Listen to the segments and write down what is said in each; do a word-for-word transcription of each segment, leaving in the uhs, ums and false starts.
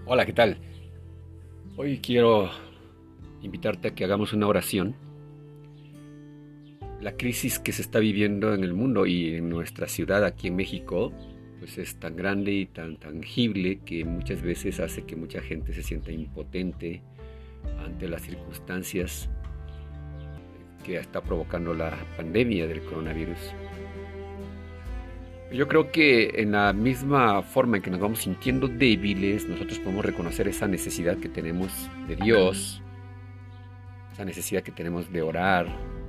Hola, ¿qué tal? Hoy quiero invitarte a que hagamos una oración. La crisis que se está viviendo en el mundo y en nuestra ciudad aquí en México, pues es tan grande y tan tangible que muchas veces hace que mucha gente se sienta impotente ante las circunstancias que está provocando la pandemia del coronavirus. Yo creo que en la misma forma en que nos vamos sintiendo débiles, nosotros podemos reconocer esa necesidad que tenemos de Dios, esa necesidad que tenemos de orar,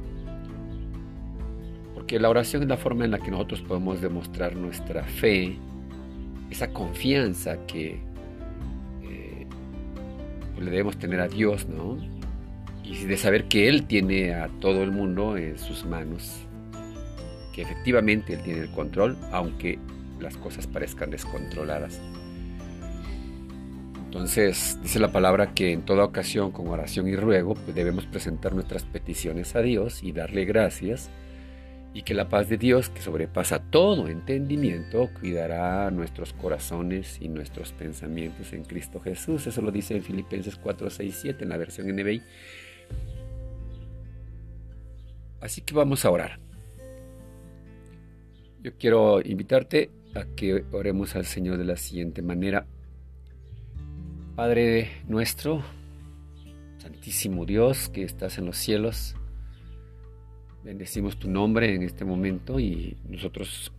porque la oración es la forma en la que nosotros podemos demostrar nuestra fe, esa confianza que eh, pues le debemos tener a Dios, ¿no? Y de saber que Él tiene a todo el mundo en sus manos, que efectivamente Él tiene el control, aunque las cosas parezcan descontroladas. Entonces, dice la palabra que en toda ocasión, con oración y ruego, pues debemos presentar nuestras peticiones a Dios y darle gracias, y que la paz de Dios, que sobrepasa todo entendimiento, cuidará nuestros corazones y nuestros pensamientos en Cristo Jesús. Eso lo dice en Filipenses cuatro, seis, siete, en la versión N B I. Así que vamos a orar. Yo quiero invitarte a que oremos al Señor de la siguiente manera. Padre nuestro, Santísimo Dios que estás en los cielos, bendecimos tu nombre en este momento y nosotros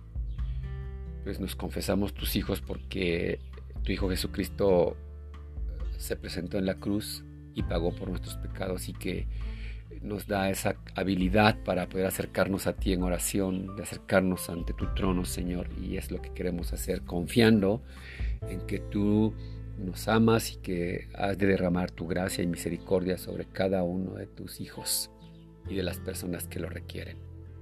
pues nos confesamos tus hijos porque tu Hijo Jesucristo se presentó en la cruz y pagó por nuestros pecados y que nos da esa habilidad para poder acercarnos a ti en oración, de acercarnos ante tu trono, Señor, y es lo que queremos hacer, confiando en que tú nos amas y que has de derramar tu gracia y misericordia sobre cada uno de tus hijos y de las personas que lo requieren.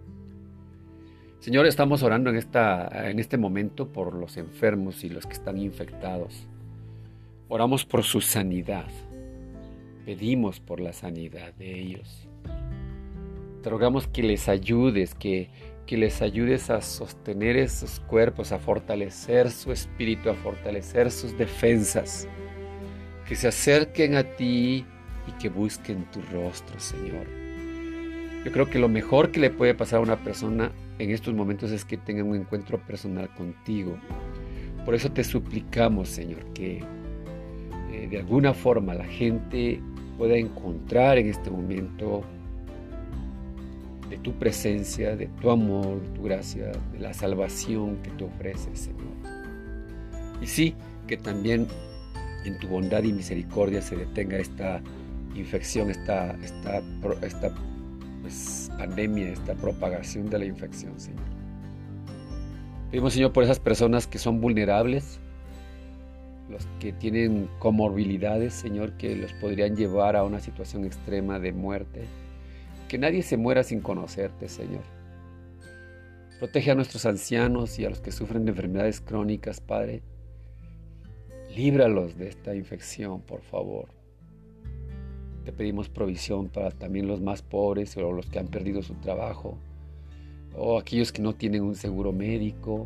Señor, estamos orando en, esta, en este momento por los enfermos y los que están infectados. Oramos por su sanidad. Pedimos por la sanidad de ellos. Te rogamos que les ayudes, que, que les ayudes a sostener esos cuerpos, a fortalecer su espíritu, a fortalecer sus defensas. Que se acerquen a ti y que busquen tu rostro, Señor. Yo creo que lo mejor que le puede pasar a una persona en estos momentos es que tenga un encuentro personal contigo. Por eso te suplicamos, Señor, que eh, de alguna forma la gente pueda encontrar en este momento de tu presencia, de tu amor, de tu gracia, de la salvación que tú ofreces, Señor. Y sí, que también en tu bondad y misericordia se detenga esta infección, esta, esta, esta pues, pandemia, esta propagación de la infección, Señor. Pedimos, Señor, por esas personas que son vulnerables, los que tienen comorbilidades, Señor, que los podrían llevar a una situación extrema de muerte. Que nadie se muera sin conocerte, Señor. Protege a nuestros ancianos y a los que sufren de enfermedades crónicas, Padre. Líbralos de esta infección, por favor. Te pedimos provisión para también los más pobres o los que han perdido su trabajo o aquellos que no tienen un seguro médico.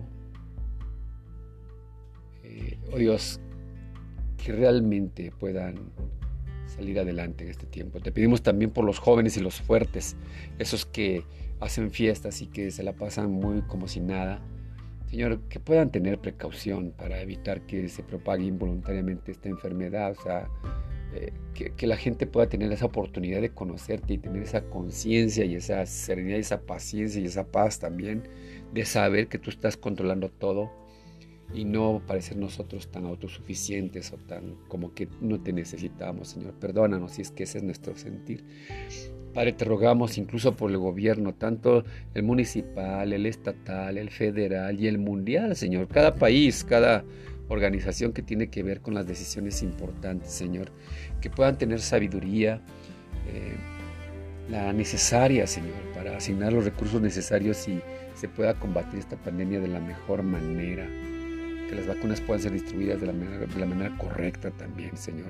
Eh, oh Dios, que realmente puedan salir adelante en este tiempo. Te pedimos también por los jóvenes y los fuertes, esos que hacen fiestas y que se la pasan muy como si nada. Señor, que puedan tener precaución para evitar que se propague involuntariamente esta enfermedad, o sea, eh, que, que la gente pueda tener esa oportunidad de conocerte y tener esa conciencia y esa serenidad y esa paciencia y esa paz también de saber que tú estás controlando todo y no parecer nosotros tan autosuficientes o tan como que no te necesitamos, Señor. Perdónanos si es que ese es nuestro sentir. Padre, te rogamos incluso por el gobierno, tanto el municipal, el estatal, el federal y el mundial, Señor. Cada país, cada organización que tiene que ver con las decisiones importantes, Señor. Que puedan tener sabiduría, eh, la necesaria, Señor, para asignar los recursos necesarios y se pueda combatir esta pandemia de la mejor manera. Que las vacunas puedan ser distribuidas de la manera, de la manera correcta también, Señor.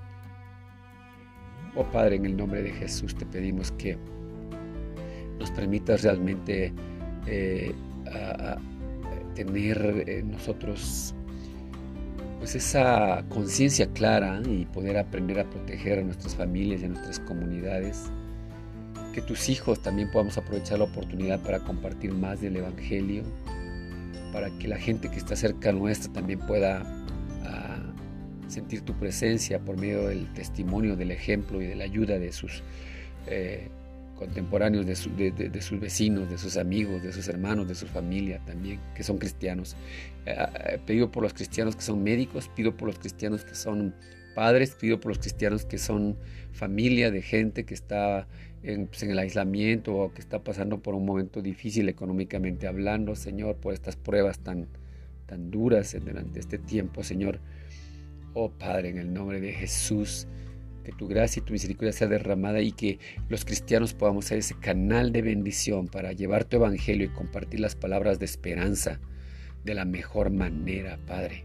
Oh Padre, en el nombre de Jesús te pedimos que nos permitas realmente eh, a, a tener eh, nosotros pues esa conciencia clara y poder aprender a proteger a nuestras familias y a nuestras comunidades. Que tus hijos también podamos aprovechar la oportunidad para compartir más del Evangelio, para que la gente que está cerca nuestra también pueda uh, sentir tu presencia por medio del testimonio, del ejemplo y de la ayuda de sus eh, contemporáneos, de, su, de, de, de sus vecinos, de sus amigos, de sus hermanos, de su familia también, que son cristianos. Eh, pido por los cristianos que son médicos, pido por los cristianos que son padres, pido por los cristianos que son familia de gente que está en, pues, en el aislamiento o que está pasando por un momento difícil económicamente hablando, Señor, por estas pruebas tan, tan duras durante este tiempo, Señor. Oh Padre, en el nombre de Jesús, que tu gracia y tu misericordia sea derramada y que los cristianos podamos ser ese canal de bendición para llevar tu evangelio y compartir las palabras de esperanza de la mejor manera, Padre.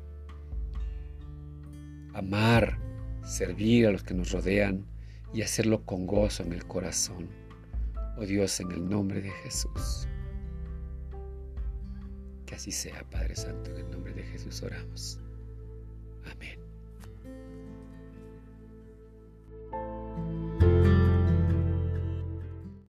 Amar, servir a los que nos rodean y hacerlo con gozo en el corazón. Oh Dios, en el nombre de Jesús. Que así sea, Padre Santo, en el nombre de Jesús oramos.